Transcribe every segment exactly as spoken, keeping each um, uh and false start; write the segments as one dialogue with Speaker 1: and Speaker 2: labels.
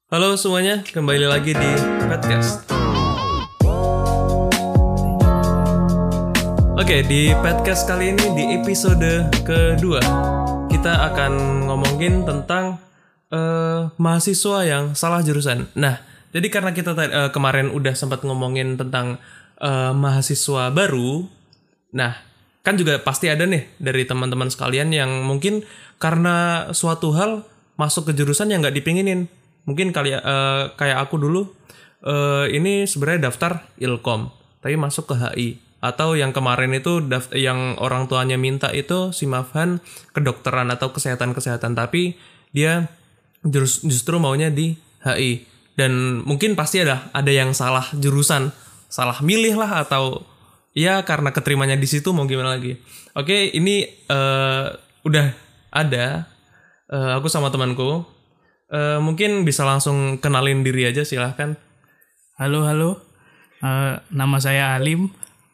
Speaker 1: Halo semuanya, kembali lagi di podcast. Oke, di podcast kali ini di episode kedua kita akan ngomongin tentang uh, mahasiswa yang salah jurusan. Nah, jadi karena kita uh, kemarin udah sempat ngomongin tentang uh, mahasiswa baru, nah kan juga pasti ada nih dari teman-teman sekalian yang mungkin karena suatu hal masuk ke jurusan yang nggak dipinginin. Mungkin kali uh, kayak aku dulu uh, ini sebenarnya daftar Ilkom tapi masuk ke H I, atau yang kemarin itu daftar yang orang tuanya minta itu Simafhan kedokteran atau kesehatan-kesehatan tapi dia jurus, justru maunya di H I. Dan mungkin pasti ada ada yang salah jurusan, salah milih lah, atau ya karena keterimanya di situ mau gimana lagi. Oke, ini uh, udah ada uh, aku sama temanku. Uh, mungkin bisa langsung kenalin diri aja, silahkan.
Speaker 2: Halo halo, uh, nama saya Alim.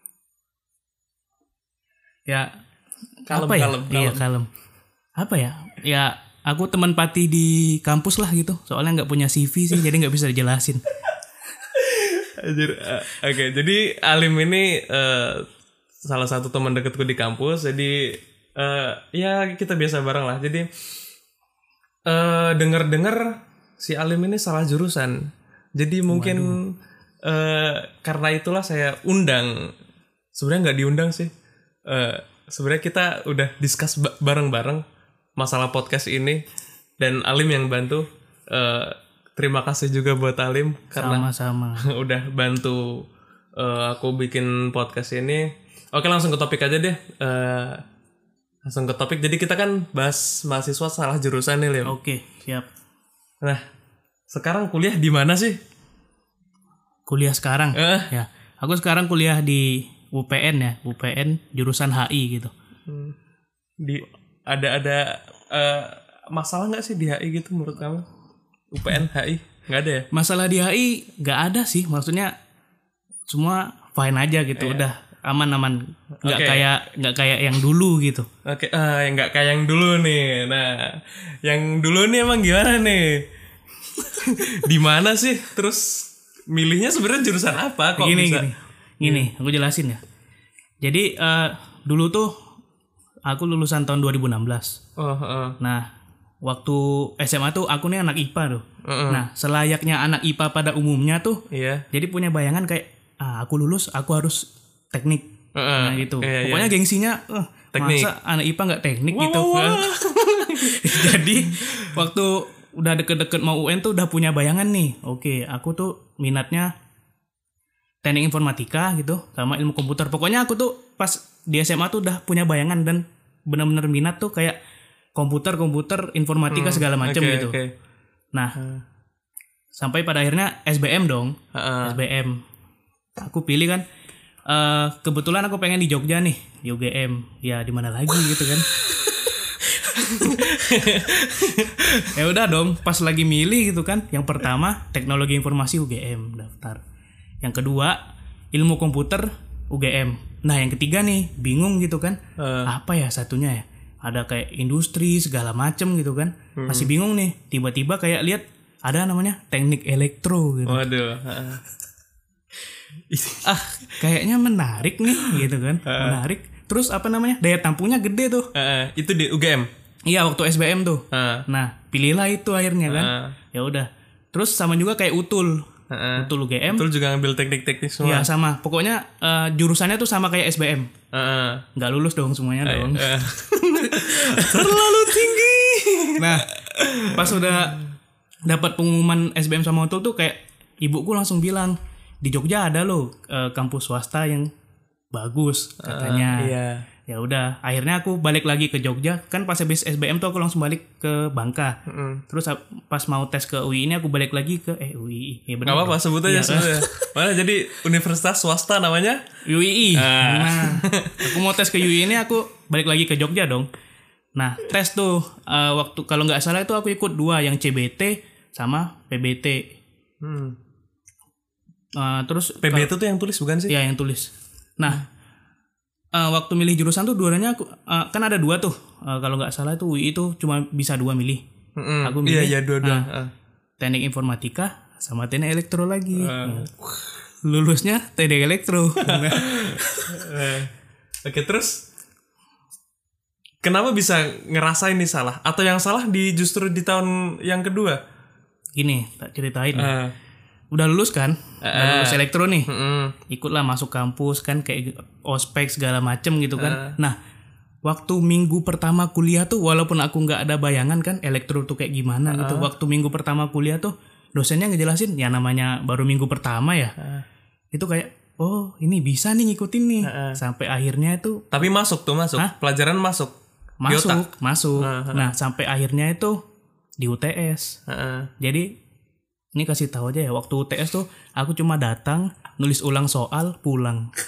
Speaker 2: Ya,
Speaker 1: kalem,
Speaker 2: apa ya?
Speaker 1: Kalem, kalem.
Speaker 2: Iya kalem. Apa ya? Ya, aku teman pati di kampus lah gitu. Soalnya nggak punya C V sih, jadi nggak bisa dijelasin.
Speaker 1: uh, Oke, okay, jadi Alim ini uh, salah satu teman dekatku di kampus. Jadi uh, ya kita biasa bareng lah. Jadi Uh, dengar-dengar si Alim ini salah jurusan. Jadi mungkin uh, karena itulah saya undang. Sebenarnya nggak diundang sih. Uh, sebenarnya kita udah discuss ba- bareng-bareng masalah podcast ini, dan Alim yang bantu. Uh, terima kasih juga buat Alim karena
Speaker 2: sama-sama
Speaker 1: udah bantu uh, aku bikin podcast ini. Oke, langsung ke topik aja deh. Uh, Langsung ke topik. Jadi kita kan bahas mahasiswa salah jurusan nih, Lim.
Speaker 2: Oke, siap.
Speaker 1: Nah, sekarang kuliah di mana sih?
Speaker 2: Kuliah sekarang?
Speaker 1: Eh.
Speaker 2: Ya, aku sekarang kuliah di U P N ya, U P N jurusan H I gitu.
Speaker 1: Hmm. Di ada ada uh, masalah nggak sih di H I gitu menurut kamu? U P N H I nggak ada ya?
Speaker 2: Masalah di H I nggak ada sih, maksudnya semua fine aja gitu, yeah. Udah aman-aman, nggak okay. kayak nggak kayak yang dulu gitu.
Speaker 1: Oke, okay. uh, yang nggak kayak yang dulu nih. Nah, yang dulu nih emang gimana nih? Di mana sih? Terus milihnya sebenarnya jurusan apa? Kok
Speaker 2: gini,
Speaker 1: bisa?
Speaker 2: Gini, gini, hmm. aku jelasin ya. Jadi uh, dulu tuh aku lulusan tahun dua ribu enam belas.
Speaker 1: Oh, uh.
Speaker 2: Nah, waktu S M A tuh aku nih anak I P A tuh.
Speaker 1: Uh-uh.
Speaker 2: Nah, selayaknya anak I P A pada umumnya tuh.
Speaker 1: Iya.
Speaker 2: Jadi punya bayangan kayak, ah aku lulus, aku harus teknik,
Speaker 1: uh,
Speaker 2: nah gitu.
Speaker 1: Iya,
Speaker 2: Pokoknya
Speaker 1: iya.
Speaker 2: gengsinya, uh, masa anak I P A nggak teknik
Speaker 1: wah,
Speaker 2: gitu.
Speaker 1: Wah, wah.
Speaker 2: Jadi waktu udah deket-deket mau U N tuh udah punya bayangan nih. Oke, aku tuh minatnya teknik informatika gitu, sama ilmu komputer. Pokoknya aku tuh pas di S M A tuh udah punya bayangan dan benar-benar minat tuh kayak komputer, komputer, informatika
Speaker 1: hmm,
Speaker 2: segala macam
Speaker 1: okay,
Speaker 2: gitu.
Speaker 1: Okay.
Speaker 2: Nah, hmm. sampai pada akhirnya S B M dong, uh-uh. S B M. Aku pilih kan. Uh, kebetulan aku pengen di Jogja nih, di U G M. Ya di mana lagi gitu kan. Ya udah dong, pas lagi milih gitu kan. Yang pertama teknologi informasi U G M daftar. Yang kedua ilmu komputer U G M. Nah yang ketiga nih bingung gitu kan. Uh. Apa ya satunya ya? Ada kayak industri segala macem gitu kan. Hmm. Masih bingung nih. Tiba-tiba kayak lihat ada namanya teknik elektro gitu.
Speaker 1: Waduh. Uh.
Speaker 2: Ah kayaknya menarik nih gitu kan. uh. Menarik. Terus apa namanya daya tampungnya gede tuh.
Speaker 1: uh, Itu di U G M?
Speaker 2: Iya waktu S B M tuh.
Speaker 1: uh.
Speaker 2: Nah pilihlah itu akhirnya kan. uh. Ya udah. Terus sama juga kayak Utul. uh. Utul U G M.
Speaker 1: Utul juga ngambil teknik-teknik semua.
Speaker 2: Iya sama. Pokoknya uh, jurusannya tuh sama kayak S B M.
Speaker 1: uh.
Speaker 2: Nggak lulus dong semuanya uh, dong. uh.
Speaker 1: Terlalu tinggi.
Speaker 2: Nah pas udah dapat pengumuman S B M sama Utul tuh kayak ibuku langsung bilang, di Jogja ada loh uh, kampus swasta yang bagus katanya.
Speaker 1: Uh, iya.
Speaker 2: Ya udah, akhirnya aku balik lagi ke Jogja. Kan pas habis S B M tuh aku langsung balik ke Bangka. Uh-uh. Terus pas mau tes ke U I ini aku balik lagi ke eh U I. Ya benar.
Speaker 1: Enggak apa-apa sebut aja ya, sebutnya. Mana jadi universitas swasta namanya?
Speaker 2: U I.
Speaker 1: Uh.
Speaker 2: Nah, aku mau tes ke U I ini aku balik lagi ke Jogja dong. Nah, tes tuh uh, waktu kalau nggak salah itu aku ikut dua, yang C B T sama P B T. Hmm. Uh, terus
Speaker 1: P B T kalo, tuh yang tulis bukan sih?
Speaker 2: Iya yang tulis. Nah uh, waktu milih jurusan tuh dua-duanya aku uh, kan ada dua tuh. Uh, kalau nggak salah itu U I itu cuma bisa dua milih.
Speaker 1: Mm-hmm.
Speaker 2: Aku milih.
Speaker 1: Iya iya dua-dua.
Speaker 2: Uh,
Speaker 1: uh.
Speaker 2: teknik informatika sama teknik elektro lagi.
Speaker 1: Uh.
Speaker 2: Lulusnya teknik elektro.
Speaker 1: Oke, terus kenapa bisa ngerasain ini salah? Atau yang salah di justru di tahun yang kedua?
Speaker 2: Gini, tak ceritain.
Speaker 1: Uh.
Speaker 2: Udah lulus kan?
Speaker 1: Uh.
Speaker 2: Udah lulus elektro nih.
Speaker 1: Uh.
Speaker 2: Ikutlah masuk kampus kan kayak ospek segala macem gitu kan. Uh. Nah, waktu minggu pertama kuliah tuh walaupun aku nggak ada bayangan kan elektro tuh kayak gimana uh. gitu. Waktu minggu pertama kuliah tuh dosennya ngejelasin ya namanya baru minggu pertama ya. Uh. Itu kayak oh ini bisa nih ngikutin nih. Uh. Sampai akhirnya itu.
Speaker 1: Tapi masuk tuh masuk. Hah? Pelajaran masuk.
Speaker 2: Masuk, masuk. Uh, uh. Nah, sampai akhirnya itu di U T S. Uh, uh. Jadi ini kasih tahu aja ya, waktu U T S tuh aku cuma datang, nulis ulang soal, pulang.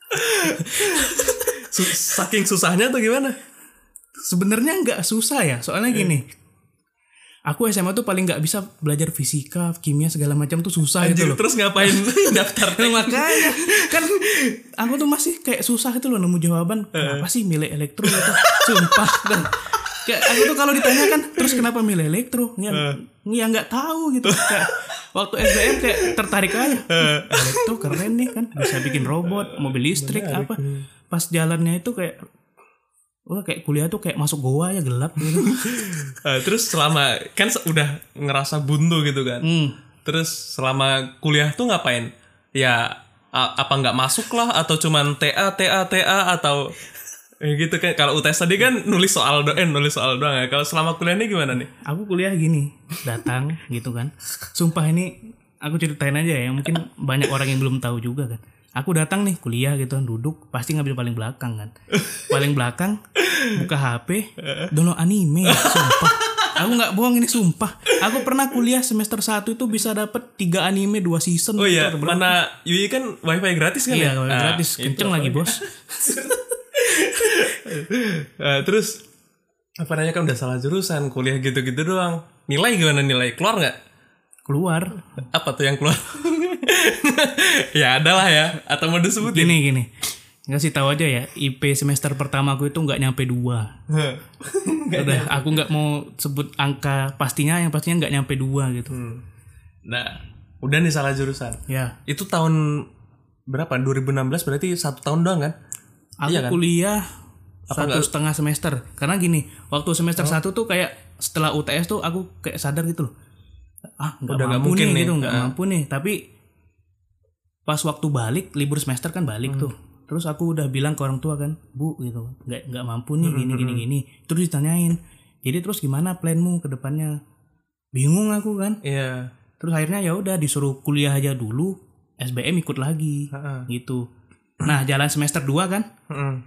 Speaker 1: Saking susahnya tuh gimana?
Speaker 2: Sebenarnya nggak susah ya, soalnya gini. Aku S M A tuh paling nggak bisa belajar fisika, kimia segala macam tuh susah.
Speaker 1: Anjir,
Speaker 2: gitu loh.
Speaker 1: Terus ngapain daftar?
Speaker 2: Makanya kan aku tuh masih kayak susah itu loh nemu jawaban. Kenapa sih milih elektro gitu? Sumpah kan. Kayak aku tuh kalau ditanya kan terus kenapa milih elektro? Ya ya nggak tahu gitu. Kayak waktu S B M kayak tertarik aja. Elektro keren nih kan, bisa bikin robot, mobil listrik apa. Pas jalannya itu kayak udah kayak kuliah tuh kayak masuk goa ya gelap gitu.
Speaker 1: uh, terus selama kan udah ngerasa buntu gitu kan. Hmm. Terus selama kuliah tuh ngapain? Ya a- apa nggak masuk lah atau cuman T A T A T A atau eh, gitu kan. Kalau U T S tadi kan nulis soal doang, eh, nulis soal doang ya. Kalau selama kuliah ini gimana nih?
Speaker 2: Aku kuliah gini, datang gitu kan. Sumpah ini aku ceritain aja ya, mungkin banyak orang yang belum tahu juga kan. Aku datang nih kuliah gitu kan, duduk pasti ngambil paling belakang kan. Paling belakang buka H P, download anime, sumpah. Aku nggak bohong ini sumpah. Aku pernah kuliah semester satu itu bisa dapet tiga anime dua season.
Speaker 1: Oh iya, gitu, mana U I kan wifi gratis kan
Speaker 2: iya,
Speaker 1: ya?
Speaker 2: Iya, wifi ah, gratis, kenceng lagi bos.
Speaker 1: uh, terus apa namanya kan udah salah jurusan, kuliah gitu-gitu doang. Nilai gimana nilai? Keluar nggak?
Speaker 2: Keluar.
Speaker 1: Apa tuh yang keluar? Ya adalah ya. Atau mau disebutin?
Speaker 2: Gini gini. Ngasih tahu aja ya. I P semester pertama aku itu nggak nyampe dua. Udah. Aku nggak mau sebut angka pastinya. Yang pastinya nggak nyampe dua gitu. Hmm.
Speaker 1: Nah, udah nih salah jurusan.
Speaker 2: Ya.
Speaker 1: Itu tahun berapa? dua ribu enam belas berarti satu tahun doang kan?
Speaker 2: Aku iya kan? Kuliah apa satu enggak? Setengah semester. Karena gini. Waktu semester oh. satu tuh kayak setelah U T S tuh aku kayak sadar gitu loh. Ah nggak mampu nih, nih gitu nggak uh. mampu nih. Tapi pas waktu balik libur semester kan balik hmm. tuh. Terus aku udah bilang ke orang tua kan, Bu gitu, nggak nggak mampu nih gini gini gini. Terus ditanyain, jadi terus gimana planmu ke depannya? Bingung aku kan. Iya. Yeah. Terus akhirnya ya udah disuruh kuliah aja dulu, S B M ikut lagi uh-uh. gitu. Nah jalan semester dua kan, uh-uh.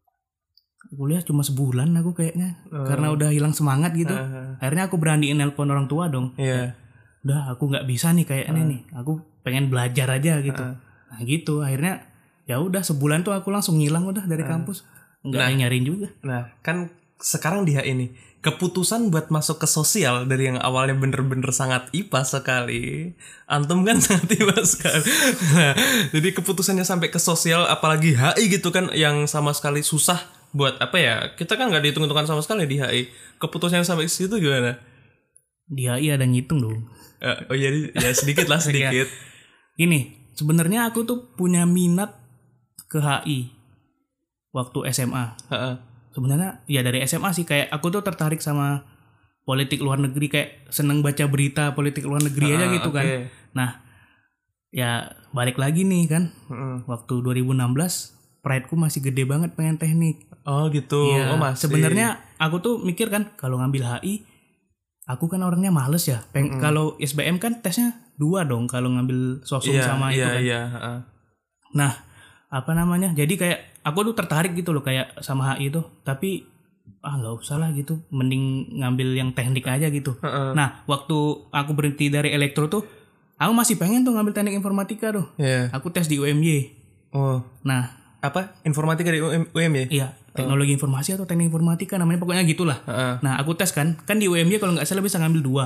Speaker 2: kuliah cuma sebulan aku kayaknya, uh. karena udah hilang semangat gitu. Uh-huh. Akhirnya aku beraniin nelpon orang tua dong. Iya. Yeah. Udah aku nggak bisa nih kayaknya uh. nih, aku pengen belajar aja gitu. Uh. Nah gitu akhirnya. Ya udah sebulan tuh aku langsung ngilang udah dari kampus. Enggak nah, nyariin juga. Nah,
Speaker 1: kan sekarang dia ini keputusan buat masuk ke sosial dari yang awalnya bener-bener sangat I P A sekali. Antum kan sangat I P A sekali. Nah, jadi keputusannya sampai ke sosial apalagi H I gitu kan yang sama sekali susah buat apa ya? Kita kan enggak dihitung-hitungkan sama sekali di H I. Keputusannya sampai ke situ gimana?
Speaker 2: Di H I ada ngitung dong.
Speaker 1: Uh, oh jadi ya sedikit lah sedikit.
Speaker 2: Gini, sebenarnya aku tuh punya minat ke H I waktu S M A. Uh-uh. Sebenarnya ya dari S M A sih kayak aku tuh tertarik sama politik luar negeri, kayak seneng baca berita politik luar negeri uh, aja gitu okay. kan. Nah, ya balik lagi nih kan. Uh-uh. Waktu dua ribu enam belas pride-ku masih gede banget pengen teknik.
Speaker 1: Oh gitu.
Speaker 2: Ya,
Speaker 1: oh masih.
Speaker 2: Sebenarnya aku tuh mikir kan kalau ngambil H I aku kan orangnya males ya. Peng- uh-uh. Kalau S B M kan tesnya dua dong kalau ngambil sosum yeah, sama
Speaker 1: yeah,
Speaker 2: itu kan.
Speaker 1: Iya, yeah, uh.
Speaker 2: Nah, apa namanya? Jadi kayak aku tuh tertarik gitu loh kayak sama H I itu, tapi ah nggak usah lah gitu, mending ngambil yang teknik aja gitu. Uh-uh. Nah, waktu aku berhenti dari elektro tuh, aku masih pengen tuh ngambil teknik informatika tuh. Yeah. Aku tes di U M Y.
Speaker 1: Oh.
Speaker 2: Nah,
Speaker 1: apa? Informatika di U M Y?
Speaker 2: Iya, teknologi uh. informasi atau teknik informatika namanya pokoknya gitulah. Uh-uh. Nah, aku tes kan, kan di U M Y kalau nggak salah bisa ngambil dua.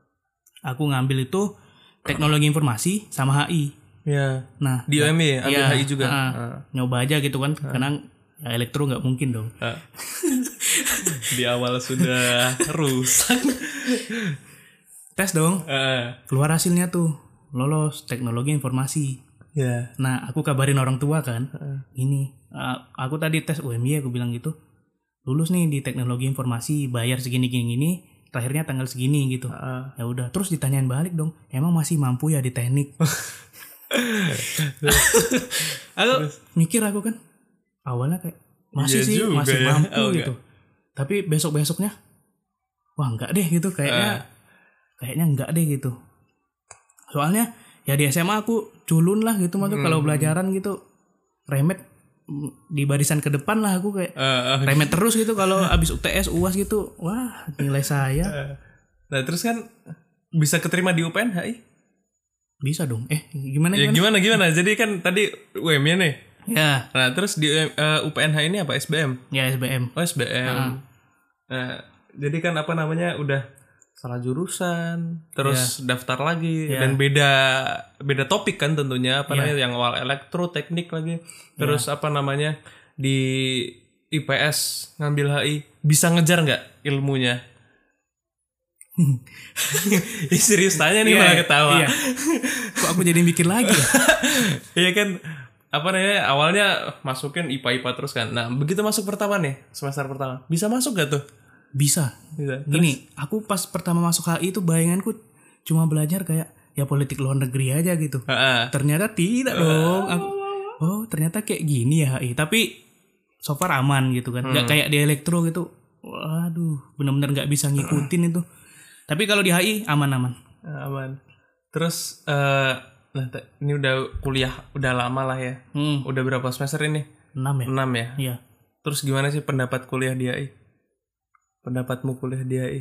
Speaker 2: Aku ngambil itu teknologi informasi sama H I.
Speaker 1: Ya.
Speaker 2: Nah,
Speaker 1: di U M Y ambil
Speaker 2: ya,
Speaker 1: H I juga.
Speaker 2: Uh, uh. Nyoba aja gitu kan, uh. karena ya elektro nggak mungkin dong. Uh.
Speaker 1: Di awal sudah rusak.
Speaker 2: tes dong.
Speaker 1: Uh,
Speaker 2: Keluar hasilnya tuh lolos teknologi informasi.
Speaker 1: ya.
Speaker 2: Nah, aku kabarin orang tua kan. Uh. Ini uh, aku tadi tes U M Y aku bilang gitu. Lulus nih di teknologi informasi, bayar segini gini gini, terakhirnya tanggal segini gitu. Uh. Ya udah, terus ditanyain balik dong. Emang masih mampu ya di teknik? Aku mikir aku kan awalnya kayak masih
Speaker 1: iya
Speaker 2: sih
Speaker 1: juga
Speaker 2: masih
Speaker 1: ya.
Speaker 2: mampu
Speaker 1: Oh,
Speaker 2: gitu. Tapi besok-besoknya wah enggak deh gitu kayaknya. Uh. Kayaknya enggak deh gitu. Soalnya ya di S M A aku culun lah gitu maksudnya hmm. kalau belajaran gitu remet di barisan ke depan lah aku kayak uh, uh. remet terus gitu kalau abis U T S U A S gitu. Wah, nilai saya.
Speaker 1: Uh. Nah, terus kan bisa keterima di U P N H I?
Speaker 2: Bisa dong. Eh, gimana
Speaker 1: ya, gimana? Gimana gimana? Jadi kan tadi U M Y nih.
Speaker 2: Ya.
Speaker 1: Nah, terus di uh, U P N H I ini apa? S B M?
Speaker 2: Ya, S B M.
Speaker 1: Oh, S B M. Uh. Nah, jadi kan apa namanya udah salah jurusan, terus yeah. daftar lagi yeah. dan beda beda topik kan tentunya apa yeah. namanya yang awal elektro teknik lagi, terus yeah. apa namanya di I P S ngambil H I bisa ngejar nggak ilmunya? Serius tanya nih yeah, malah ketawa. Yeah.
Speaker 2: Kok aku jadi mikir lagi?
Speaker 1: Iya kan apa namanya awalnya masukin I P A I P A terus kan, nah begitu masuk pertama nih semester pertama bisa masuk gak tuh?
Speaker 2: Bisa. Bisa. Gini, aku pas pertama masuk H I itu bayanganku cuma belajar kayak ya politik luar negeri aja gitu. Uh-uh. Ternyata tidak uh-uh. dong. Aku, oh ternyata kayak gini ya H I. Tapi so far aman gitu kan. Hmm. Gak kayak di elektro gitu. Waduh, benar-benar gak bisa ngikutin itu. Tapi kalau di H I aman-aman.
Speaker 1: Aman. Terus, uh, nah ini udah kuliah udah lama lah ya. Hmm. Udah berapa semester ini?
Speaker 2: enam ya.
Speaker 1: enam ya.
Speaker 2: Iya.
Speaker 1: Terus gimana sih pendapat kuliah di H I? Pendapatmu kuliah di H I?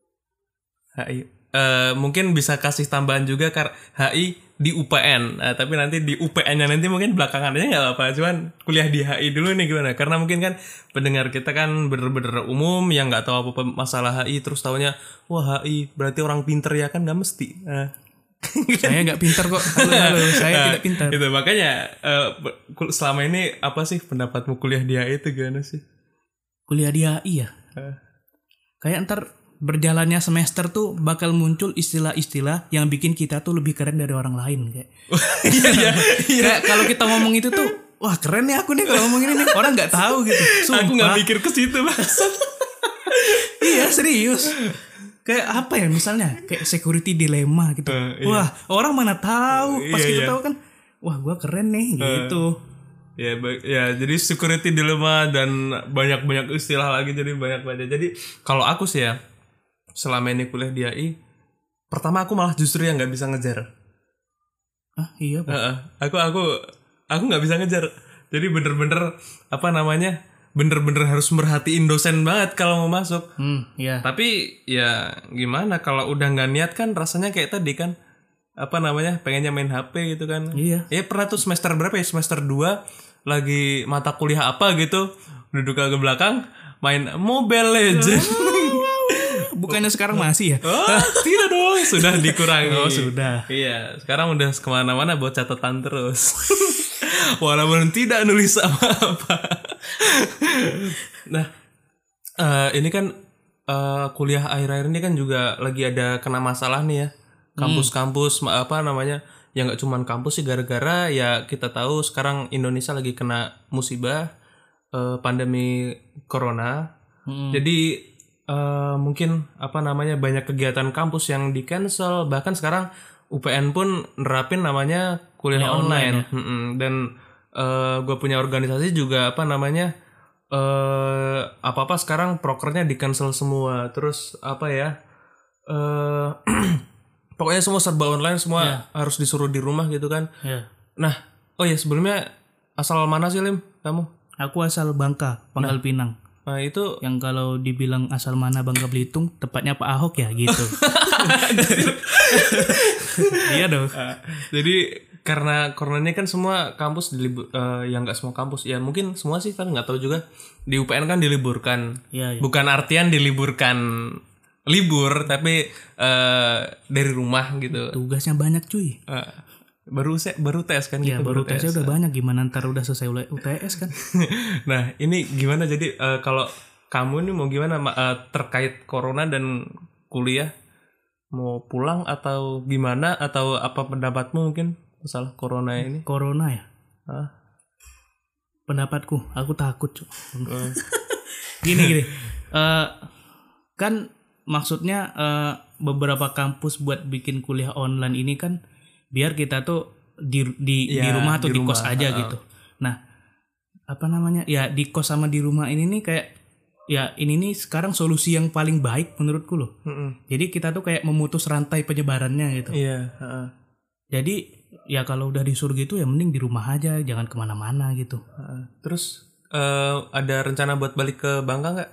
Speaker 1: H I. Uh, mungkin bisa kasih tambahan juga kar H I di U P N. Uh, tapi nanti di U P N-nya nanti mungkin belakangan aja nggak apa-apa. Cuman kuliah di H I dulu nih gimana? Karena mungkin kan pendengar kita kan bener-bener umum yang nggak tahu apa-apa masalah H I terus taunya wah H I berarti orang pinter ya kan nggak mesti. Uh.
Speaker 2: Saya nggak pinter kok. Halo, halo, saya nah, tidak pintar.
Speaker 1: Itu makanya uh, selama ini apa sih pendapatmu kuliah di H I itu gimana sih?
Speaker 2: Kuliah di H I ya. Uh. Kayak ntar berjalannya semester tuh bakal muncul istilah-istilah yang bikin kita tuh lebih keren dari orang lain kayak. Iya iya. Kayak kalau kita ngomong itu tuh, wah keren nih aku nih kalau ngomong ini nih. Orang nggak tahu gitu. Sumpah.
Speaker 1: Aku nggak mikir ke situ Mas.
Speaker 2: Iya serius. Kayak apa ya misalnya kayak security dilemma gitu. Uh, iya. Wah orang mana tahu pas iya, kita iya. tahu kan, wah gua keren nih gitu. Uh.
Speaker 1: Ya, ya, jadi security dilemma dan banyak-banyak istilah lagi jadi banyak banget. Jadi kalau aku sih ya selama ini kuliah di H I, pertama aku malah justru yang nggak bisa ngejar.
Speaker 2: Ah iya. Pak.
Speaker 1: Uh, aku aku aku nggak bisa ngejar. Jadi bener-bener apa namanya bener-bener harus merhatiin dosen banget kalau mau masuk.
Speaker 2: Hmm, iya.
Speaker 1: Tapi ya gimana kalau udah nggak niat kan rasanya kayak tadi kan. Apa namanya pengennya main H P gitu kan.
Speaker 2: Iya.
Speaker 1: Ya pernah tuh semester berapa ya semester dua lagi mata kuliah apa gitu duduk ke belakang main Mobile Legends.
Speaker 2: Bukannya sekarang masih ya?
Speaker 1: Oh, tidak dong sudah dikurangi.
Speaker 2: Oh sudah.
Speaker 1: Iya sekarang udah kemana-mana buat catatan terus. Walaupun tidak nulis apa-apa. Nah uh, ini kan uh, kuliah akhir-akhir ini kan juga lagi ada kena masalah nih ya. Kampus-kampus hmm. apa namanya ya nggak cuman kampus sih gara-gara ya kita tahu sekarang Indonesia lagi kena musibah eh, pandemi corona hmm. jadi eh, mungkin apa namanya banyak kegiatan kampus yang di cancel bahkan sekarang U P N pun nerapin namanya kuliah ya, online, online ya? Dan eh, gue punya organisasi juga apa namanya eh, apa-apa sekarang prokernya di cancel semua terus apa ya eh pokoknya semua serba online, semua yeah. harus disuruh di rumah gitu kan.
Speaker 2: Yeah.
Speaker 1: Nah, oh ya sebelumnya asal mana sih Lim kamu?
Speaker 2: Aku asal Bangka, Pangkal nah, Pinang.
Speaker 1: Nah itu
Speaker 2: yang kalau dibilang asal mana Bangka Belitung, tepatnya Pak Ahok ya gitu. Iya dong. Uh,
Speaker 1: jadi karena corona ini kan semua kampus dilibur, uh, yang nggak semua kampus, ya mungkin semua sih kan nggak tahu juga di U P N kan diliburkan.
Speaker 2: Yeah, yeah.
Speaker 1: Bukan artian diliburkan libur tapi uh, dari rumah gitu.
Speaker 2: Tugasnya banyak cuy.
Speaker 1: Uh, baru se baru tes kan
Speaker 2: ya, gitu. Baru tesnya udah banyak gimana ntar udah selesai U T S kan.
Speaker 1: Nah, ini gimana jadi uh, kalau kamu nih mau gimana uh, terkait corona dan kuliah? mau pulang atau gimana, atau apa pendapatmu mungkin masalah corona ini?
Speaker 2: Corona ya?
Speaker 1: Hah?
Speaker 2: Pendapatku, aku takut, Cuk. gini gini. Uh, kan maksudnya uh, beberapa kampus buat bikin kuliah online ini kan biar kita tuh di di,
Speaker 1: ya,
Speaker 2: di rumah atau di,
Speaker 1: di
Speaker 2: kos
Speaker 1: rumah.
Speaker 2: aja
Speaker 1: uh.
Speaker 2: gitu. Nah, apa namanya? Ya di kos sama di rumah ini nih kayak ya ini nih sekarang solusi yang paling baik menurutku loh.
Speaker 1: Mm-mm.
Speaker 2: Jadi kita tuh kayak memutus rantai penyebarannya gitu.
Speaker 1: Iya. Uh.
Speaker 2: Jadi ya kalau udah disuruh gitu ya mending di rumah aja, jangan kemana-mana gitu.
Speaker 1: Uh. Terus uh, ada rencana buat balik ke Bangka nggak?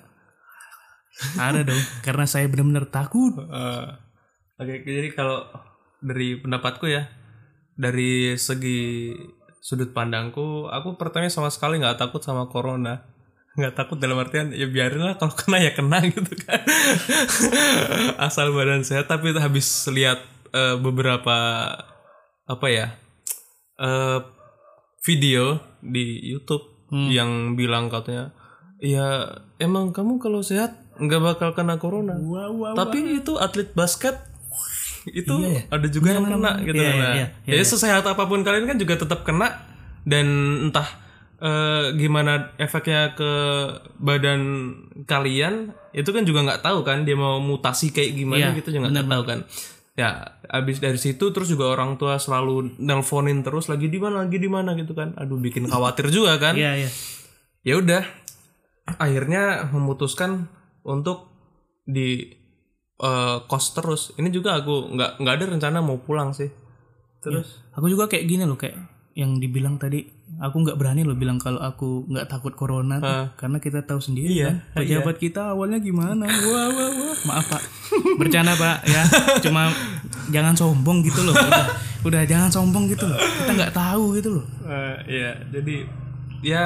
Speaker 2: Ada dong, karena saya benar-benar takut.
Speaker 1: Uh. Oke, okay, jadi kalau dari pendapatku ya, dari segi sudut pandangku, aku pertama sama sekali nggak takut sama corona. Nggak takut dalam artian ya biarin lah, kalau kena ya kena gitu kan. Asal badan sehat. Tapi habis lihat uh, beberapa apa ya uh, video di YouTube hmm. yang bilang katanya ya emang kamu kalau sehat nggak bakal kena corona.
Speaker 2: Wow, wow,
Speaker 1: tapi
Speaker 2: wow.
Speaker 1: itu atlet basket itu
Speaker 2: iya ya?
Speaker 1: ada juga yang
Speaker 2: Benar,
Speaker 1: kena
Speaker 2: benar.
Speaker 1: gitu
Speaker 2: iya,
Speaker 1: kan.
Speaker 2: iya, iya,
Speaker 1: Ya
Speaker 2: iya.
Speaker 1: sesehat apapun kalian kan juga tetap kena, dan entah eh, gimana efeknya ke badan kalian itu kan juga nggak tahu kan, dia mau mutasi kayak gimana
Speaker 2: iya,
Speaker 1: gitu juga nggak tahu kan. Ya abis dari situ terus juga orang tua selalu nelponin terus lagi di mana lagi di mana gitu kan. Aduh bikin khawatir juga kan.
Speaker 2: Iya iya.
Speaker 1: Ya udah akhirnya memutuskan untuk di uh, kos terus. Ini juga aku nggak nggak ada rencana mau pulang sih. Terus
Speaker 2: ya, aku juga kayak gini loh, kayak yang dibilang tadi, aku nggak berani loh bilang kalau aku nggak takut corona tuh,
Speaker 1: uh,
Speaker 2: karena kita tahu sendiri
Speaker 1: iya,
Speaker 2: kan pejabat iya. kita awalnya gimana. Wah wah wah. Maaf Pak, bercanda Pak ya. Cuma jangan sombong gitu loh. Udah, udah jangan sombong gitu loh. Kita nggak tahu gitu loh.
Speaker 1: Uh, iya, jadi ya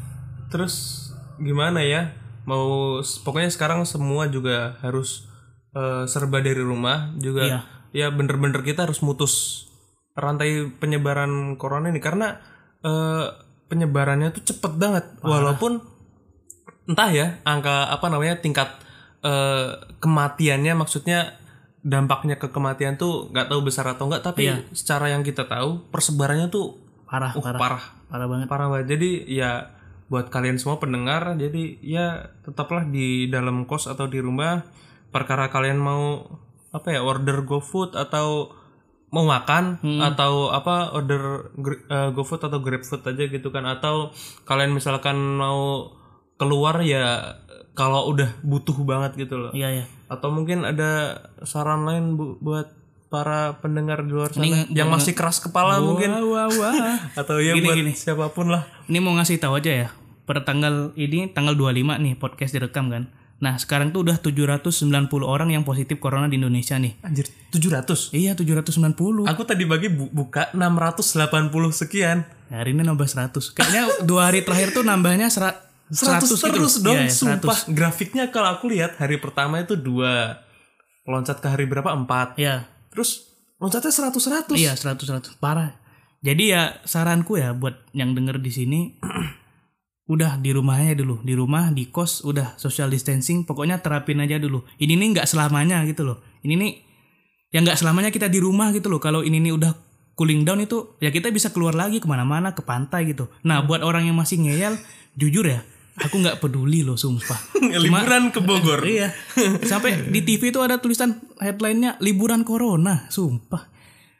Speaker 1: terus gimana ya? Mau pokoknya sekarang semua juga harus uh, serba dari rumah juga.
Speaker 2: Iya.
Speaker 1: Ya bener-bener kita harus mutus rantai penyebaran corona ini, karena uh, penyebarannya tuh cepet banget. Parah. Walaupun entah ya angka apa namanya tingkat uh, kematiannya, maksudnya dampaknya ke kematian tuh nggak tahu besar atau enggak, tapi iya. secara yang kita tahu persebarannya tuh
Speaker 2: parah,
Speaker 1: uh,
Speaker 2: parah,
Speaker 1: parah,
Speaker 2: parah banget,
Speaker 1: parah banget. Jadi ya buat kalian semua pendengar, jadi ya tetaplah di dalam kos atau di rumah. Perkara kalian mau apa ya order GoFood atau mau makan hmm. atau apa order uh, GoFood atau GrabFood aja gitu kan, atau kalian misalkan mau keluar ya kalau udah butuh banget gitu loh.
Speaker 2: Iya ya.
Speaker 1: Atau mungkin ada saran lain bu, buat para pendengar di luar sana
Speaker 2: ini,
Speaker 1: yang
Speaker 2: ini,
Speaker 1: masih keras kepala
Speaker 2: wah,
Speaker 1: mungkin.
Speaker 2: Wah, wah.
Speaker 1: Atau ya
Speaker 2: gini,
Speaker 1: buat
Speaker 2: gini.
Speaker 1: siapapun lah.
Speaker 2: Ini mau ngasih tahu aja ya. Per tanggal ini tanggal dua puluh lima nih podcast direkam kan. Nah, sekarang tuh udah tujuh ratus sembilan puluh orang yang positif corona di Indonesia nih.
Speaker 1: Anjir, tujuh ratus?
Speaker 2: Iya, tujuh ratus sembilan puluh.
Speaker 1: Aku tadi pagi bu- buka enam ratus delapan puluh sekian.
Speaker 2: Ya, hari ini nambah seratus. Kayaknya dua hari terakhir tuh nambahnya seratus,
Speaker 1: seratus terus
Speaker 2: gitu.
Speaker 1: dong,
Speaker 2: ya, ya,
Speaker 1: sumpah. Grafiknya kalau aku lihat hari pertama itu dua. Loncat ke hari berapa? empat.
Speaker 2: Iya.
Speaker 1: Terus loncatnya seratus seratus.
Speaker 2: Iya, seratus seratus. Parah. Jadi ya saranku ya buat yang denger di sini udah di rumahnya dulu, di rumah, di kos, udah social distancing, pokoknya terapin aja dulu. Ini nih nggak selamanya gitu loh. Ini nih yang nggak selamanya kita di rumah gitu loh. Kalau ini nih udah cooling down itu, ya kita bisa keluar lagi kemana-mana, ke pantai gitu. Nah, buat orang yang masih ngeyel, jujur ya, aku nggak peduli loh, sumpah.
Speaker 1: Liburan ke Bogor.
Speaker 2: Iya. Sampai di T V itu ada tulisan headline-nya liburan corona, sumpah.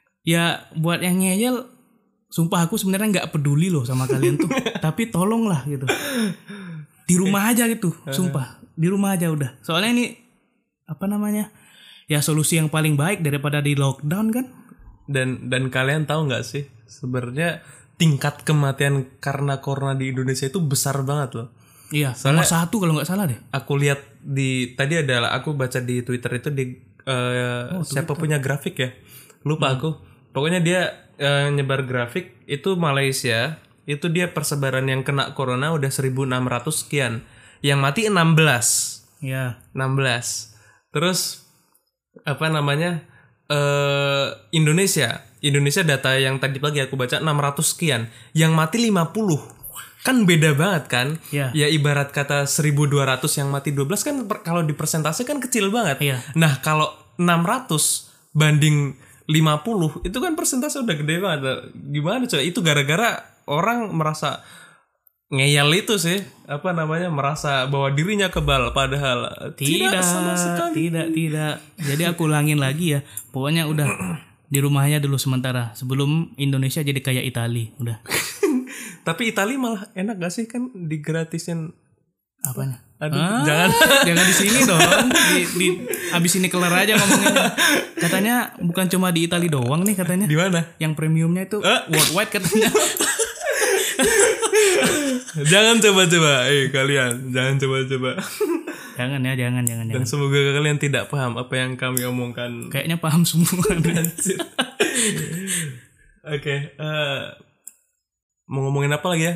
Speaker 2: Ya buat yang ngeyel, sumpah aku sebenarnya nggak peduli loh sama kalian tuh. Tapi tolonglah gitu. Di rumah aja gitu, sumpah. Di rumah aja udah. Soalnya ini apa namanya? Ya solusi yang paling baik daripada di lockdown kan.
Speaker 1: Dan dan kalian tahu nggak sih sebenarnya tingkat kematian karena corona di Indonesia itu besar banget loh.
Speaker 2: Iya, nomor satu kalau nggak salah deh.
Speaker 1: Aku lihat di tadi adalah aku baca di Twitter itu di uh, oh, siapa punya grafik ya? Lupa hmm. aku. Pokoknya dia uh, nyebar grafik itu Malaysia, itu dia persebaran yang kena corona udah seribu enam ratus sekian. Yang mati enam belas.
Speaker 2: Iya.
Speaker 1: enam belas. Terus apa namanya? Uh, Indonesia. Indonesia data yang tadi pagi aku baca enam ratus sekian. Yang mati lima puluh. Kan beda banget kan?
Speaker 2: Ya,
Speaker 1: ya ibarat kata seribu dua ratus yang mati dua belas kan per, kalau di persentase kan kecil banget.
Speaker 2: Ya.
Speaker 1: Nah, kalau enam ratus banding lima puluh itu kan persentase udah gede banget. Gimana coy? Itu gara-gara orang merasa ngeyel itu sih, apa namanya, merasa bahwa dirinya kebal padahal
Speaker 2: tidak,
Speaker 1: tidak sama sekali.
Speaker 2: Tidak, tidak. Jadi aku ulangin lagi ya. Pokoknya udah di rumahnya dulu sementara sebelum Indonesia jadi kayak Itali, udah.
Speaker 1: Tapi Itali malah enak gak sih, kan digratisin
Speaker 2: apanya?
Speaker 1: Aduh,
Speaker 2: ah,
Speaker 1: jangan
Speaker 2: jangan di sini dong. Di, di abis ini kelar aja ngomongnya. Katanya bukan cuma di Itali doang nih katanya.
Speaker 1: Di mana?
Speaker 2: Yang premiumnya itu
Speaker 1: uh?
Speaker 2: worldwide katanya.
Speaker 1: Jangan coba-coba, eh kalian jangan coba-coba.
Speaker 2: Jangan ya, jangan, jangan,
Speaker 1: Dan
Speaker 2: jangan.
Speaker 1: semoga kalian tidak paham apa yang kami omongkan.
Speaker 2: Kayaknya paham semua.
Speaker 1: Oke, okay, uh, mau ngomongin apa lagi ya?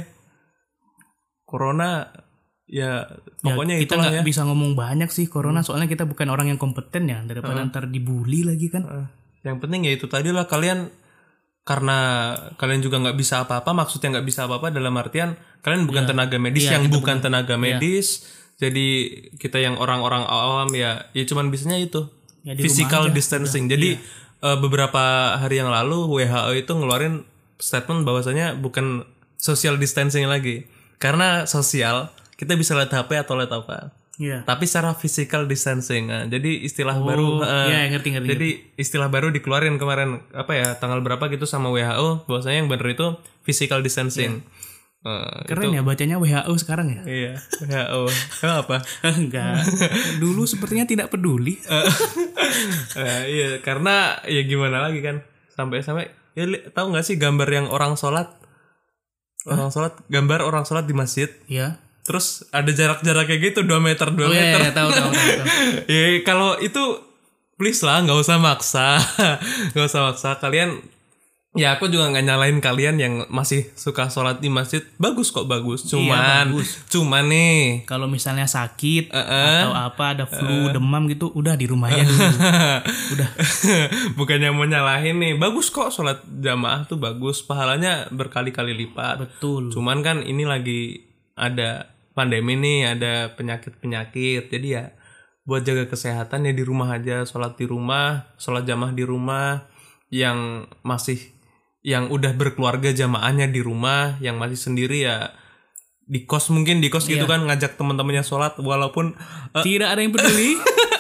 Speaker 1: Corona, ya pokoknya
Speaker 2: ya, kita
Speaker 1: itulah
Speaker 2: nggak
Speaker 1: ya.
Speaker 2: bisa ngomong banyak sih Corona, hmm. soalnya kita bukan orang yang kompeten ya, daripada uh. ntar dibully lagi kan.
Speaker 1: Uh. Yang penting ya itu tadi lah, kalian karena kalian juga nggak bisa apa-apa, maksudnya nggak bisa apa-apa dalam artian kalian bukan ya. tenaga medis ya, yang bukan, bukan tenaga medis, ya. Jadi kita yang orang-orang awam ya, ya cuman bisanya itu ya, physical distancing. Udah. Jadi ya. uh, beberapa hari yang lalu W H O itu ngeluarin statement bahwasanya bukan social distancing lagi, karena sosial kita bisa lihat H P atau lihat apa. Yeah. Tapi secara physical distancing. Nah, jadi istilah oh, baru uh,
Speaker 2: yeah, ngerti, ngerti,
Speaker 1: jadi
Speaker 2: ngerti.
Speaker 1: istilah baru dikeluarin kemarin apa ya, tanggal berapa gitu sama W H O bahwasanya yang benar itu physical distancing. Yeah. Uh,
Speaker 2: Keren
Speaker 1: itu.
Speaker 2: Ya bacanya W H O sekarang ya?
Speaker 1: Iya, W H O. Kenapa?
Speaker 2: Enggak. Dulu sepertinya tidak peduli.
Speaker 1: uh, uh, iya, karena ya gimana lagi kan? Sampai-sampai ya tahu enggak sih gambar yang orang sholat? Orang huh? sholat, gambar orang sholat di masjid.
Speaker 2: Iya.
Speaker 1: Terus ada jarak-jarak kayak gitu dua meter dua
Speaker 2: oh,
Speaker 1: meter.
Speaker 2: Iya, tahu tahu tahu.
Speaker 1: Ya kalau itu please lah, nggak usah maksa, nggak usah maksa. Kalian, ya aku juga nggak nyalain kalian yang masih suka sholat di masjid. Bagus kok, bagus. Cuman, iya, bagus. cuman nih,
Speaker 2: kalau misalnya sakit
Speaker 1: uh-uh.
Speaker 2: atau apa, ada flu, uh. demam gitu, udah di rumah aja dulu. Udah.
Speaker 1: Bukannya mau nyalahin nih, bagus kok sholat jamaah tuh bagus, pahalanya berkali-kali lipat.
Speaker 2: Betul.
Speaker 1: Cuman kan ini lagi ada pandemi nih, ada penyakit-penyakit, jadi ya buat jaga kesehatan ya di rumah aja, sholat di rumah, sholat jamaah di rumah. Yang masih, yang udah berkeluarga jamaahnya di rumah, yang masih sendiri ya di kos, mungkin di kos gitu iya. kan, ngajak teman-temannya sholat walaupun uh,
Speaker 2: tidak ada yang peduli.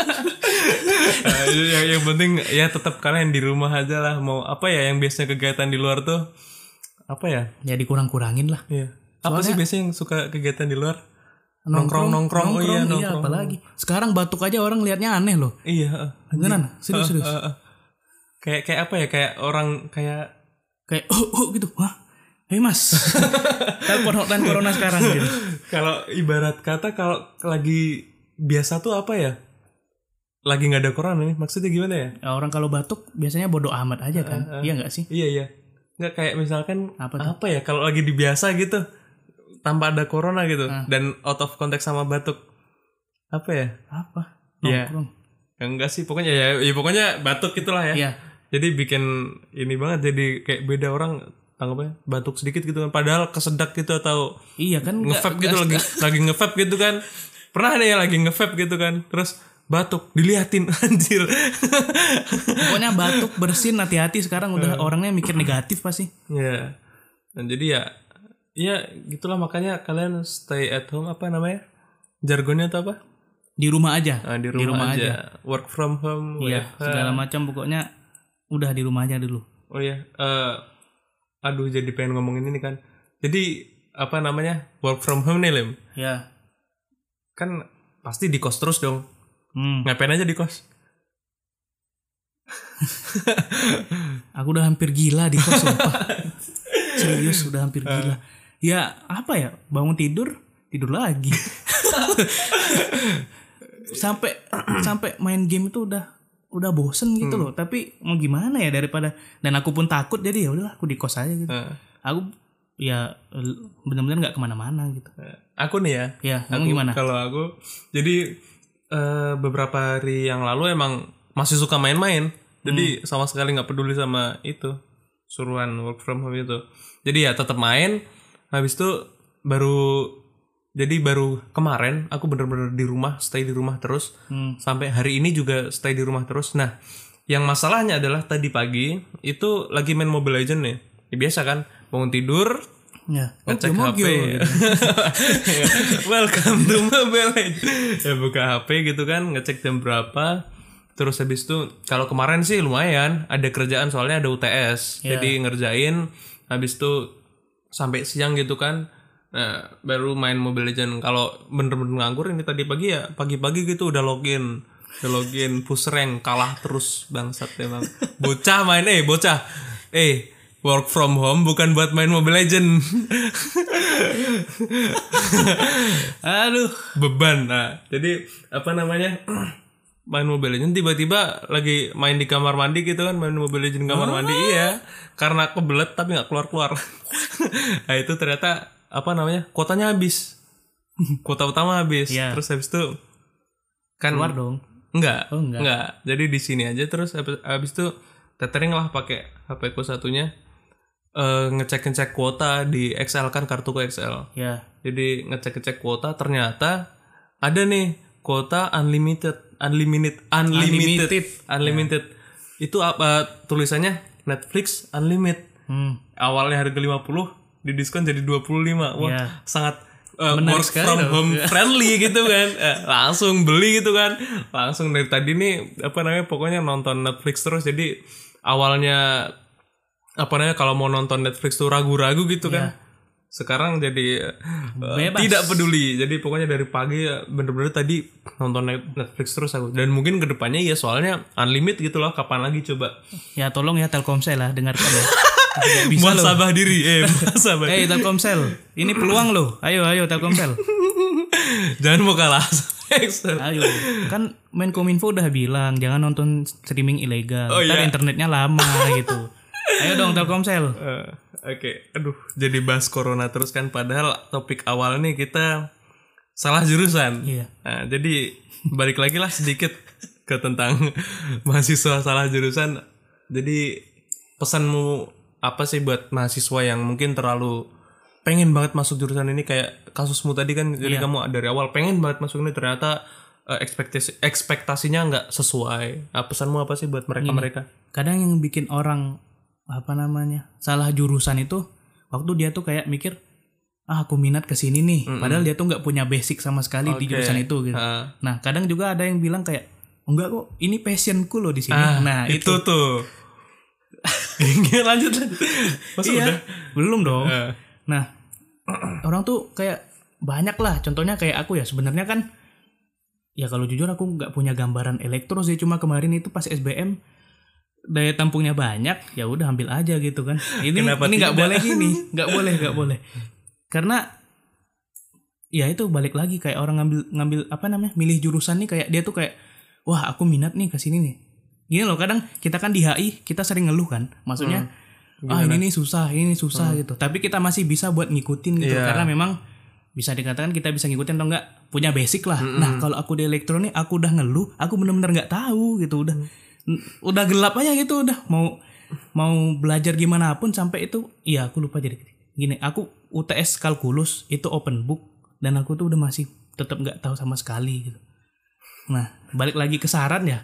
Speaker 1: uh, yang, yang penting ya tetap kalian di rumah aja lah. Mau apa ya, yang biasanya kegiatan di luar tuh apa ya?
Speaker 2: Ya dikurang-kurangin lah.
Speaker 1: Iya. Apa sih biasanya yang suka kegiatan di luar?
Speaker 2: Nongkrong,
Speaker 1: nongkrong, nongkrong, oh iya, nongkrong.
Speaker 2: Iya, apalagi sekarang batuk aja orang liatnya aneh loh.
Speaker 1: Iya.
Speaker 2: Beneran? Serius, serius. Uh, uh, uh.
Speaker 1: Kayak kayak apa ya? Kayak orang kayak
Speaker 2: kayak oh, oh gitu. Wah, hei mas. Telepon hotline corona sekarang gitu.
Speaker 1: Kalau ibarat kata kalau lagi biasa tuh apa ya? Lagi nggak ada corona nih. Maksudnya gimana ya?
Speaker 2: Ya orang kalau batuk biasanya bodo amat aja kan? Uh, uh. Iya nggak sih?
Speaker 1: Iya iya. Nggak kayak misalkan apa, apa ya? Kalau lagi di biasa gitu, tanpa ada corona gitu, uh. dan out of context sama batuk, apa ya?
Speaker 2: Apa?
Speaker 1: Nongkrong. Ya, enggak sih, pokoknya ya, ya pokoknya batuk gitulah ya.
Speaker 2: Iya.
Speaker 1: Jadi bikin ini banget, jadi kayak beda orang tanggapnya batuk sedikit gitu kan, padahal kesedak gitu atau
Speaker 2: iya kan
Speaker 1: nge-vape gitu lagi lagi nge-vape gitu kan. Pernah ada yang lagi nge-vape gitu kan, terus batuk diliatin anjir.
Speaker 2: Pokoknya batuk bersin hati-hati sekarang udah uh. orangnya mikir negatif pasti.
Speaker 1: Iya. Dan jadi ya ya gitulah, makanya kalian stay at home, apa namanya? Jargonnya atau apa?
Speaker 2: Di rumah aja.
Speaker 1: Ah, di, rumah di rumah aja. aja. Work from home.
Speaker 2: Iya, W F H. Segala macam pokoknya udah di rumah aja dulu.
Speaker 1: Oh iya. Uh, aduh jadi pengen ngomongin ini kan. Jadi apa namanya? Work from home nih, Lem.
Speaker 2: Iya.
Speaker 1: Kan pasti di kos terus dong.
Speaker 2: Hmm.
Speaker 1: Ngapain aja di kos?
Speaker 2: Aku udah hampir gila di kos, sumpah. Serius udah hampir gila. Uh. Ya apa ya? Bangun tidur, tidur lagi. sampai sampai main game itu udah udah bosen gitu hmm. loh. Tapi mau gimana ya, daripada, dan aku pun takut, jadi ya udahlah aku di kos aja gitu. Uh. Aku ya benar-benar nggak kemana-mana gitu.
Speaker 1: Uh. Aku nih ya.
Speaker 2: Ya, kamu
Speaker 1: aku,
Speaker 2: gimana?
Speaker 1: Kalau aku, jadi uh, beberapa hari yang lalu emang masih suka main-main. Jadi hmm. sama sekali nggak peduli sama itu suruhan work from home itu. Jadi ya tetap main. Habis itu baru Jadi baru kemarin aku bener-bener di rumah, stay di rumah terus. Hmm. Sampai hari ini juga stay di rumah terus. Nah, yang masalahnya adalah tadi pagi itu lagi main Mobile Legends nih. Ya, biasa kan, bangun tidur,
Speaker 2: ya.
Speaker 1: ngecek
Speaker 2: oh,
Speaker 1: H P. Gitu. Welcome to Mobile Legends. Ya buka H P gitu kan, ngecek jam berapa. Terus habis itu kalau kemarin sih lumayan ada kerjaan soalnya ada U T S. Yeah. Jadi ngerjain habis itu sampai siang gitu kan. Nah, baru main Mobile Legends. Kalau bener-bener nganggur ini tadi pagi ya pagi-pagi gitu udah login. Udah login push rank kalah terus bangsat emang. Bocah main eh bocah. Eh work from home bukan buat main Mobile Legends. Aduh, beban. Nah, jadi apa namanya? Main Mobile Legends tiba-tiba lagi main di kamar mandi gitu kan, main Mobile Legends kamar oh. mandi iya karena kebelet tapi nggak keluar-keluar. Nah itu ternyata apa namanya kuotanya habis, kuota utama habis, yeah. Terus habis itu kan
Speaker 2: keluar dong?
Speaker 1: Enggak,
Speaker 2: oh, enggak,
Speaker 1: enggak. Jadi di sini aja terus habis, habis itu tethering lah pakai H P ku satunya. Uh, ngecek-ngecek kuota di X L kan kartuku X L.
Speaker 2: Ya. Yeah.
Speaker 1: Jadi ngecek-ngecek kuota ternyata ada nih kuota unlimited, unlimited, unlimited, unlimited. unlimited. Yeah. Itu apa tulisannya Netflix unlimited. Hmm. Awalnya harga lima puluh didiskon jadi dua puluh lima. Wah, yeah. sangat uh, work from home friendly gitu kan. Eh, langsung beli gitu kan. Langsung dari tadi nih apa namanya pokoknya nonton Netflix terus. Jadi awalnya apa namanya kalau mau nonton Netflix tuh ragu-ragu gitu yeah. kan. Sekarang jadi uh, tidak peduli. Jadi pokoknya dari pagi bener-bener tadi nonton Netflix terus aku. Dan mungkin kedepannya ya soalnya unlimited gitu loh. Kapan lagi coba?
Speaker 2: Ya tolong ya Telkomsel lah dengarkan ya.
Speaker 1: Muhasabah diri. Eh muhasabah.
Speaker 2: Eh hey, Telkomsel. Ini peluang loh. Ayo ayo Telkomsel.
Speaker 1: Jangan mau kalah.
Speaker 2: Ayo. Kan Menkominfo udah bilang jangan nonton streaming ilegal. Oh, ntar iya. internetnya lama gitu. Ayo dong Telkomsel.
Speaker 1: Uh. Oke, okay. Aduh, jadi bahas corona terus kan padahal topik awal nih kita salah jurusan.
Speaker 2: Iya.
Speaker 1: Nah, jadi balik lagi lah sedikit ke tentang mahasiswa salah jurusan. Jadi pesanmu apa sih buat mahasiswa yang mungkin terlalu pengen banget masuk jurusan ini kayak kasusmu tadi kan. Jadi iya. kamu dari awal pengen banget masuk ini ternyata uh, ekspektasi ekspektasinya nggak sesuai. Nah, pesanmu apa sih buat mereka-mereka?
Speaker 2: Kadang yang bikin orang apa namanya salah jurusan itu waktu dia tuh kayak mikir ah aku minat ke sini nih mm-hmm. padahal dia tuh nggak punya basic sama sekali okay. di jurusan itu gitu. Uh. Nah kadang juga ada yang bilang kayak enggak kok ini passionku loh di sini. Ah, nah
Speaker 1: itu, itu tuh lanjut lanjut. Masa
Speaker 2: iya,
Speaker 1: udah
Speaker 2: belum dong. Uh. Nah orang tuh kayak banyak lah contohnya kayak aku ya sebenarnya kan ya kalau jujur aku nggak punya gambaran elektro sih cuma kemarin itu pas S B M daya tampungnya banyak ya udah ambil aja gitu kan ini Kenapa ini nggak boleh gini nggak boleh nggak boleh karena ya itu balik lagi kayak orang ngambil ngambil apa namanya milih jurusan nih kayak dia tuh kayak wah aku minat nih ke sini nih gini loh kadang kita kan di H I kita sering ngeluh kan maksudnya hmm. ah ini nih susah ini susah hmm. gitu tapi kita masih bisa buat ngikutin gitu yeah. karena memang bisa dikatakan kita bisa ngikutin atau enggak punya basic lah mm-hmm. Nah kalau aku di elektronik aku udah ngeluh aku benar-benar nggak tahu gitu udah udah gelap aja gitu udah mau mau belajar gimana pun sampai itu iya aku lupa jadi gini aku U T S kalkulus itu open book dan aku tuh udah masih tetap nggak tahu sama sekali gitu. Nah balik lagi ke saran ya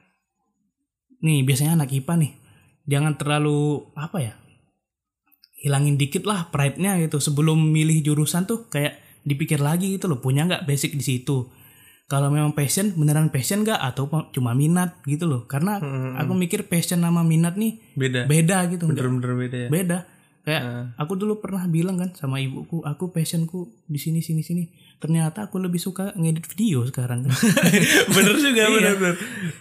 Speaker 2: nih biasanya anak I P A nih jangan terlalu apa ya hilangin dikit lah pride-nya gitu sebelum milih jurusan tuh kayak dipikir lagi gitu loh punya nggak basic di situ. Kalau memang passion, beneran passion gak? Atau cuma minat gitu loh. Karena hmm. aku mikir passion sama minat nih
Speaker 1: beda,
Speaker 2: beda gitu.
Speaker 1: Bener-bener beda ya?
Speaker 2: Beda. Kayak uh. aku dulu pernah bilang kan sama ibuku, aku passionku di sini sini sini. Ternyata aku lebih suka ngedit video sekarang.
Speaker 1: Bener juga, bener-bener.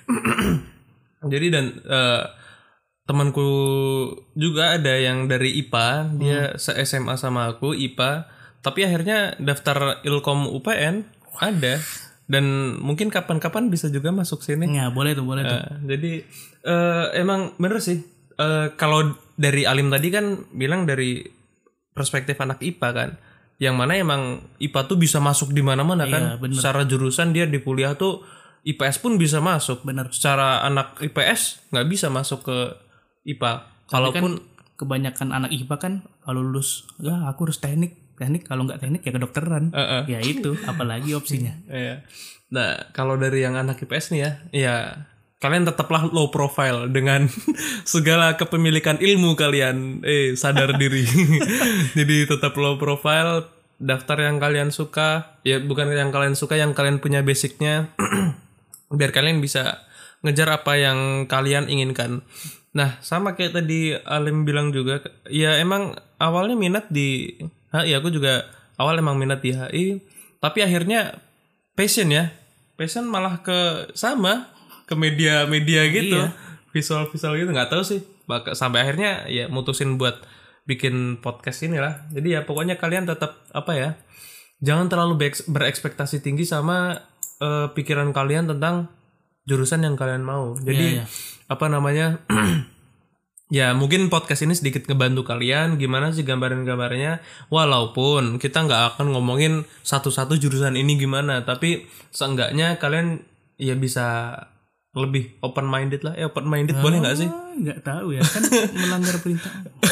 Speaker 1: Jadi dan uh, temanku juga ada yang dari I P A, hmm. dia se-S M A sama aku I P A. Tapi akhirnya daftar Ilkom U P N ada. Dan mungkin kapan-kapan bisa juga masuk sini.
Speaker 2: Ya boleh tuh, boleh tuh.
Speaker 1: Uh, jadi uh, emang bener sih. Uh, kalau dari Alim tadi kan bilang dari perspektif anak I P A kan, yang mana emang I P A tuh bisa masuk di mana-mana kan.
Speaker 2: Bener.
Speaker 1: Secara jurusan dia di kuliah tuh I P S pun bisa masuk.
Speaker 2: Bener.
Speaker 1: Secara anak I P S nggak bisa masuk ke I P A.
Speaker 2: Kalaupun kan kebanyakan anak I P A kan kalau lulus, ya aku harus teknik. teknik, kalau nggak teknik ya kedokteran.
Speaker 1: Uh-uh.
Speaker 2: Ya itu, apalagi opsinya.
Speaker 1: Iya. Nah, kalau dari yang anak I P S nih ya, ya kalian tetaplah low profile dengan segala kepemilikan ilmu kalian. Eh, sadar diri. Jadi tetap low profile, daftar yang kalian suka, ya bukan yang kalian suka, yang kalian punya basicnya, biar kalian bisa ngejar apa yang kalian inginkan. Nah, sama kayak tadi Alim bilang juga, ya emang awalnya minat di H I, aku juga awal emang minat di H I, tapi akhirnya passion ya, passion malah ke sama ke media-media gitu,
Speaker 2: Iya.
Speaker 1: visual-visual gitu, nggak tahu sih, Bak- sampai akhirnya ya mutusin buat bikin podcast ini lah. Jadi ya pokoknya kalian tetap apa ya, jangan terlalu beeks- berekspektasi tinggi sama eh, pikiran kalian tentang jurusan yang kalian mau. Jadi
Speaker 2: Iya, iya.
Speaker 1: apa namanya? Ya mungkin podcast ini sedikit ngebantu kalian gimana sih gambaran-gambarnya, walaupun kita nggak akan ngomongin satu-satu jurusan ini gimana, tapi seenggaknya kalian ya bisa lebih open minded lah. Eh open minded boleh nggak sih?
Speaker 2: Ah, nggak tahu ya, kan melanggar perintah.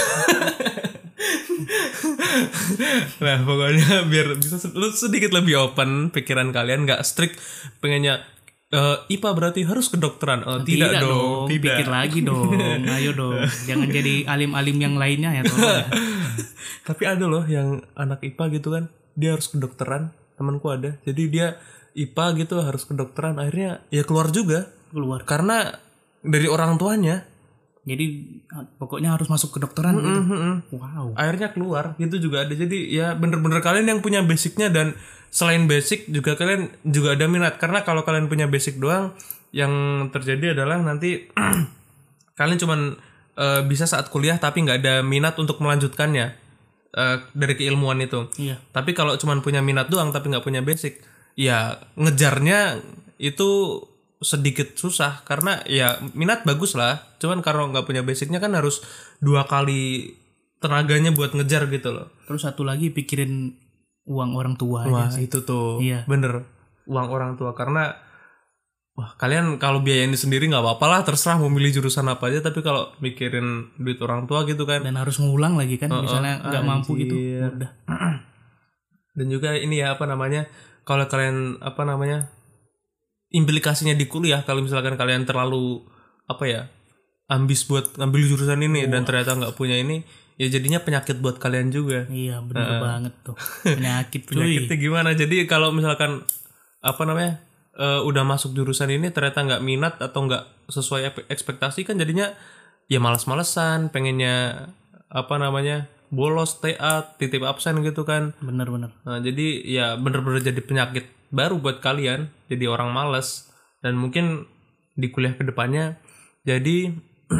Speaker 1: Nah pokoknya biar bisa sedikit lebih open pikiran kalian, nggak strict pengennya eh, I P A berarti harus kedokteran. Oh, tidak,
Speaker 2: Tidak
Speaker 1: dong, tidak.
Speaker 2: Pikir lagi dong. Ayo dong. Jangan jadi alim-alim yang lainnya ya, tolong ya.
Speaker 1: Tapi ada loh yang anak I P A gitu kan, dia harus kedokteran. Temanku ada, jadi dia I P A gitu harus kedokteran. Akhirnya ya keluar juga,
Speaker 2: Keluar.
Speaker 1: karena dari orang tuanya.
Speaker 2: Jadi pokoknya harus masuk kedokteran gitu.
Speaker 1: Mm-mm.
Speaker 2: Wow.
Speaker 1: Akhirnya keluar gitu juga ada. Jadi ya bener-bener kalian yang punya basicnya, dan selain basic juga kalian juga ada minat. Karena kalau kalian punya basic doang, yang terjadi adalah nanti kalian cuman uh, bisa saat kuliah tapi nggak ada minat untuk melanjutkannya uh, dari keilmuan itu.
Speaker 2: Iya.
Speaker 1: Tapi kalau cuman punya minat doang tapi nggak punya basic, ya ngejarnya itu sedikit susah. Karena ya minat bagus lah, cuman kalau nggak punya basicnya kan harus dua kali tenaganya buat ngejar gitu loh.
Speaker 2: Terus satu lagi pikirin uang orang tua
Speaker 1: Wah
Speaker 2: aja sih.
Speaker 1: itu tuh
Speaker 2: Iya.
Speaker 1: bener, uang orang tua. Karena wah kalian kalau biayain sendiri nggak apa-apa lah, terserah mau milih jurusan apa aja, tapi kalau mikirin duit orang tua gitu kan.
Speaker 2: Dan harus ngulang lagi kan, misalnya nggak mampu gitu.
Speaker 1: anjir.
Speaker 2: Udah.
Speaker 1: Dan juga ini ya apa namanya, kalau kalian apa namanya implikasinya di kuliah, kalau misalkan kalian terlalu apa ya ambis buat ngambil jurusan ini dan ternyata nggak punya ini, ya jadinya penyakit buat kalian juga.
Speaker 2: Iya bener banget tuh. Penyakit cuy.
Speaker 1: Penyakitnya gimana? Jadi kalau misalkan apa namanya uh, udah masuk jurusan ini ternyata nggak minat atau nggak sesuai ep- ekspektasi, kan jadinya ya malas-malesan, pengennya apa namanya bolos T A, titip absen gitu kan.
Speaker 2: Bener-bener.
Speaker 1: Nah, jadi ya bener-bener jadi penyakit baru buat kalian, jadi orang malas, dan mungkin di kuliah kedepannya jadi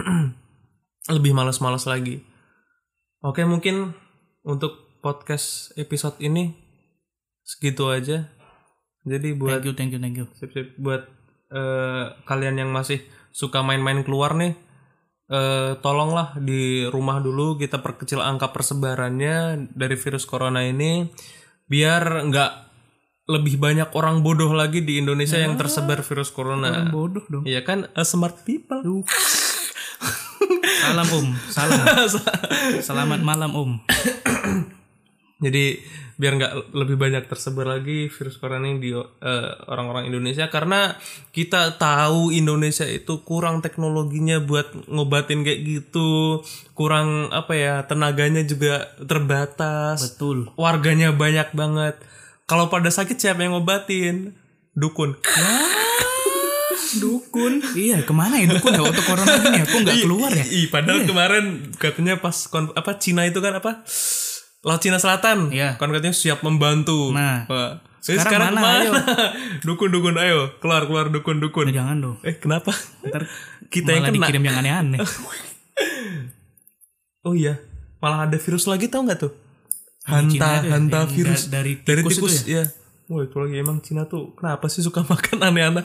Speaker 1: lebih malas-malas lagi. Oke, mungkin untuk podcast episode ini segitu aja. Jadi buat
Speaker 2: Thank you, thank you, thank you.
Speaker 1: sip-sip buat eh, kalian yang masih suka main-main keluar nih, eh, tolonglah di rumah dulu, kita perkecil angka persebarannya dari virus corona ini, biar nggak lebih banyak orang bodoh lagi di Indonesia yang tersebar virus corona.
Speaker 2: Orang bodoh dong.
Speaker 1: Iya kan, a smart people.
Speaker 2: Salam Om, salam. Selamat malam Om.
Speaker 1: Jadi biar nggak lebih banyak tersebar lagi virus corona ini di uh, orang-orang Indonesia, karena kita tahu Indonesia itu kurang teknologinya buat ngobatin kayak gitu, kurang apa ya, tenaganya juga terbatas.
Speaker 2: Betul.
Speaker 1: Warganya banyak banget. Kalau pada sakit siapa yang ngobatin? Dukun.
Speaker 2: Dukun. Iya, kemana ya dukun ya waktu corona gini ya? Kok nggak keluar ya?
Speaker 1: Ih, padahal kemarin katanya pas kon- apa Cina itu kan apa? Laut Cina Selatan.
Speaker 2: Iya.
Speaker 1: Kan katanya siap membantu.
Speaker 2: Nah.
Speaker 1: Wah.
Speaker 2: Sekarang
Speaker 1: Sekarang,
Speaker 2: mana,
Speaker 1: kemana?
Speaker 2: ayo?
Speaker 1: Dukun-dukun ayo, keluar keluar dukun-dukun.
Speaker 2: Eh, jangan dong.
Speaker 1: Eh, kenapa?
Speaker 2: Ntar
Speaker 1: Kita yang
Speaker 2: malah
Speaker 1: kena.
Speaker 2: dikirim yang aneh-aneh.
Speaker 1: Oh iya, malah ada virus lagi, tau nggak tuh?
Speaker 2: Yang Cina
Speaker 1: Hanta,
Speaker 2: ada,
Speaker 1: hanta
Speaker 2: yang
Speaker 1: virus
Speaker 2: da- dari
Speaker 1: dari
Speaker 2: tikus
Speaker 1: tikus,
Speaker 2: itu
Speaker 1: ya. Wah itu lagi, emang Cina tuh kenapa sih suka makan aneh-aneh?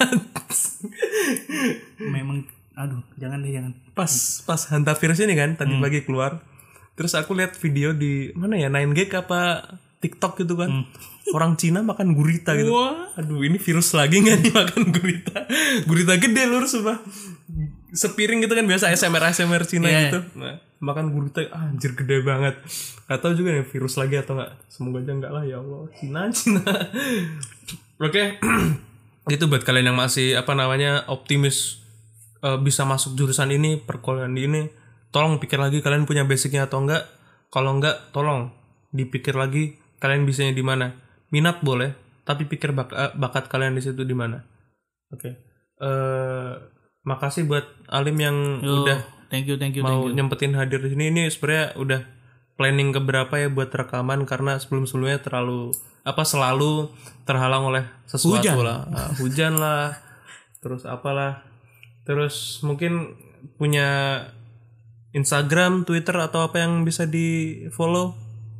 Speaker 2: Memang, aduh, jangan deh, jangan.
Speaker 1: Pas pas hanta virus ini kan tadi
Speaker 2: Hmm.
Speaker 1: pagi keluar, terus aku lihat video di mana ya, nine gag apa TikTok gitu kan, orang Cina makan gurita gitu.
Speaker 2: Wah.
Speaker 1: Aduh ini virus lagi nggak nih makan gurita? Gurita gede lur sumpah. sepiring gitu kan biasa A S M R A S M R Cina
Speaker 2: Yeah.
Speaker 1: gitu. Nah, makan gurita ah, anjir gede banget. Gak tahu juga nih virus lagi atau enggak. Semoga aja enggak lah ya Allah. Cina Cina. Oke. Itu buat kalian yang masih apa namanya optimis uh, bisa masuk jurusan ini, perkuliahan ini, tolong pikir lagi kalian punya basicnya atau enggak. Kalau enggak, tolong dipikir lagi kalian bisanya di mana. Minat boleh, tapi pikir bak- bakat kalian di situ di mana. Oke. Okay. Uh, makasih buat Alim yang
Speaker 2: Yo,
Speaker 1: udah
Speaker 2: thank you thank you
Speaker 1: mau
Speaker 2: thank you.
Speaker 1: nyempetin hadir di sini. Ini sebenarnya udah planning keberapa ya buat rekaman karena sebelum-sebelumnya terlalu apa selalu terhalang oleh sesuatu
Speaker 2: Hujan.
Speaker 1: lah. Uh, hujan lah. Terus apalah. Terus mungkin punya Instagram, Twitter atau apa yang bisa di-follow?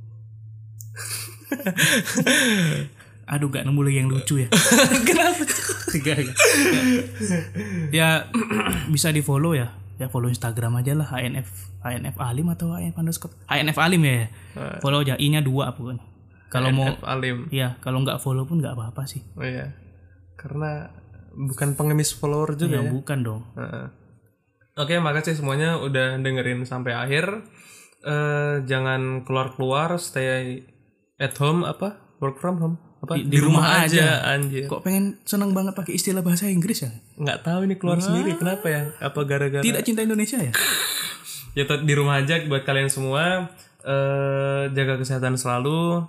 Speaker 2: Aduh gak nemu lagi yang lucu ya.
Speaker 1: Kenapa?
Speaker 2: Enggak, enggak. Ya bisa di follow ya. Ya follow Instagram aja lah H N F H N F Alim atau H N F underscore H N F Alim ya. Follow aja, I-nya dua pokoknya. Kalau mau
Speaker 1: Alim.
Speaker 2: ya kalau nggak follow pun nggak apa-apa sih.
Speaker 1: Oh iya. Karena bukan pengemis follower juga
Speaker 2: Ya,
Speaker 1: ya.
Speaker 2: bukan dong.
Speaker 1: Heeh. Oke, makasih semuanya udah dengerin sampai akhir. Eh jangan keluar-keluar, stay at home apa? Work from home. Apa?
Speaker 2: Di- di rumah aja.
Speaker 1: anjir.
Speaker 2: Kok pengen seneng banget pakai istilah bahasa Inggris ya?
Speaker 1: Nggak tahu ini keluar sendiri kenapa ya? Apa gara-gara
Speaker 2: Tidak cinta Indonesia ya?
Speaker 1: ya tetap di rumah aja buat kalian semua. Eh jaga kesehatan selalu.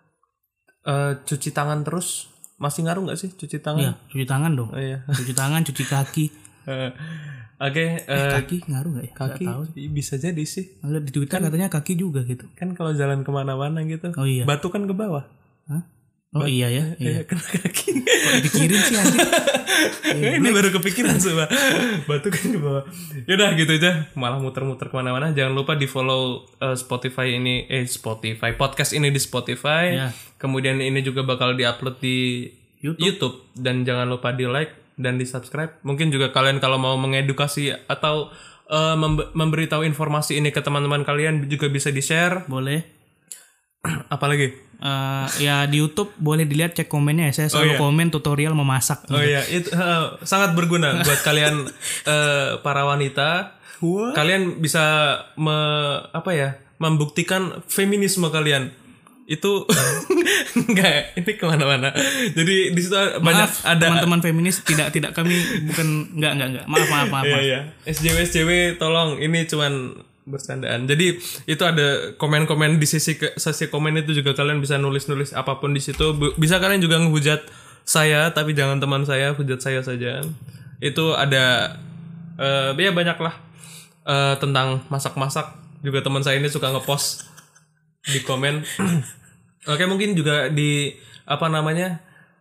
Speaker 1: Eh cuci tangan terus. Masih ngaruh nggak sih cuci tangan?
Speaker 2: Iya, cuci tangan dong.
Speaker 1: Oh iya.
Speaker 2: Cuci tangan, cuci kaki.
Speaker 1: Eh, Oke,
Speaker 2: Eh,
Speaker 1: eh,
Speaker 2: kaki ngaruh nggak ya? Nggak
Speaker 1: kaki
Speaker 2: tahu.
Speaker 1: bisa jadi sih.
Speaker 2: Lihat di Twitter katanya kaki juga gitu.
Speaker 1: Kan kalau jalan kemana-mana gitu,
Speaker 2: Oh iya.
Speaker 1: batu kan ke bawah.
Speaker 2: Hah? Oh iya ya.
Speaker 1: Iya,
Speaker 2: Iya.
Speaker 1: kena kaki.
Speaker 2: Kok dipikirin sih anjir?
Speaker 1: Ini baru kepikiran coba. Batu kan ke bawah. Yaudah gitu aja. Malah muter-muter kemana-mana. Jangan lupa di follow uh, Spotify ini, eh Spotify podcast ini di Spotify.
Speaker 2: Ya.
Speaker 1: Kemudian ini juga bakal diupload di
Speaker 2: YouTube.
Speaker 1: YouTube. Dan jangan lupa di like dan di subscribe. Mungkin juga kalian kalau mau mengedukasi atau uh, membe- memberitahu informasi ini ke teman-teman kalian juga bisa di share.
Speaker 2: Boleh.
Speaker 1: Apalagi?
Speaker 2: Eh, ya di YouTube boleh dilihat cek komennya ya. Saya selalu
Speaker 1: iya.
Speaker 2: komen tutorial memasak.
Speaker 1: Oh iya, itu uh, sangat berguna buat kalian uh, para wanita. Kalian bisa me, apa ya, membuktikan feminisme kalian. Itu enggak, ini kemana-mana. Jadi di situ banyak
Speaker 2: Maaf,
Speaker 1: ada
Speaker 2: teman-teman feminis tidak tidak kami bukan enggak enggak enggak. Maaf maaf maaf.
Speaker 1: Iya
Speaker 2: maaf.
Speaker 1: iya. S J W S J W tolong, ini cuman bercandaan. Jadi itu ada komen-komen di sisi ke, sisi komen itu juga kalian bisa nulis-nulis apapun di situ. Bu- Bisa kalian juga ngehujat saya, tapi jangan teman saya, hujat saya saja. Itu ada eh ya banyak lah eh, tentang masak-masak. Juga teman saya ini suka ngepost di komen. Oke, mungkin juga di apa namanya?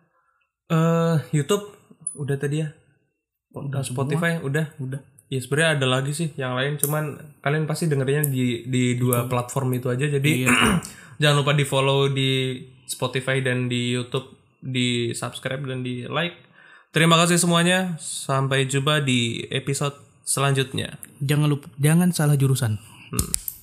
Speaker 1: eh YouTube udah tadi ya. Udah Spotify udah.
Speaker 2: Udah.
Speaker 1: Ya sebenarnya ada lagi sih yang lain, cuman kalian pasti dengerinnya di di dua platform itu aja. Jadi jangan lupa di follow di Spotify dan di YouTube, di subscribe dan di like. Terima kasih semuanya. Sampai jumpa di episode selanjutnya.
Speaker 2: Jangan lupa jangan salah jurusan.
Speaker 1: Hmm.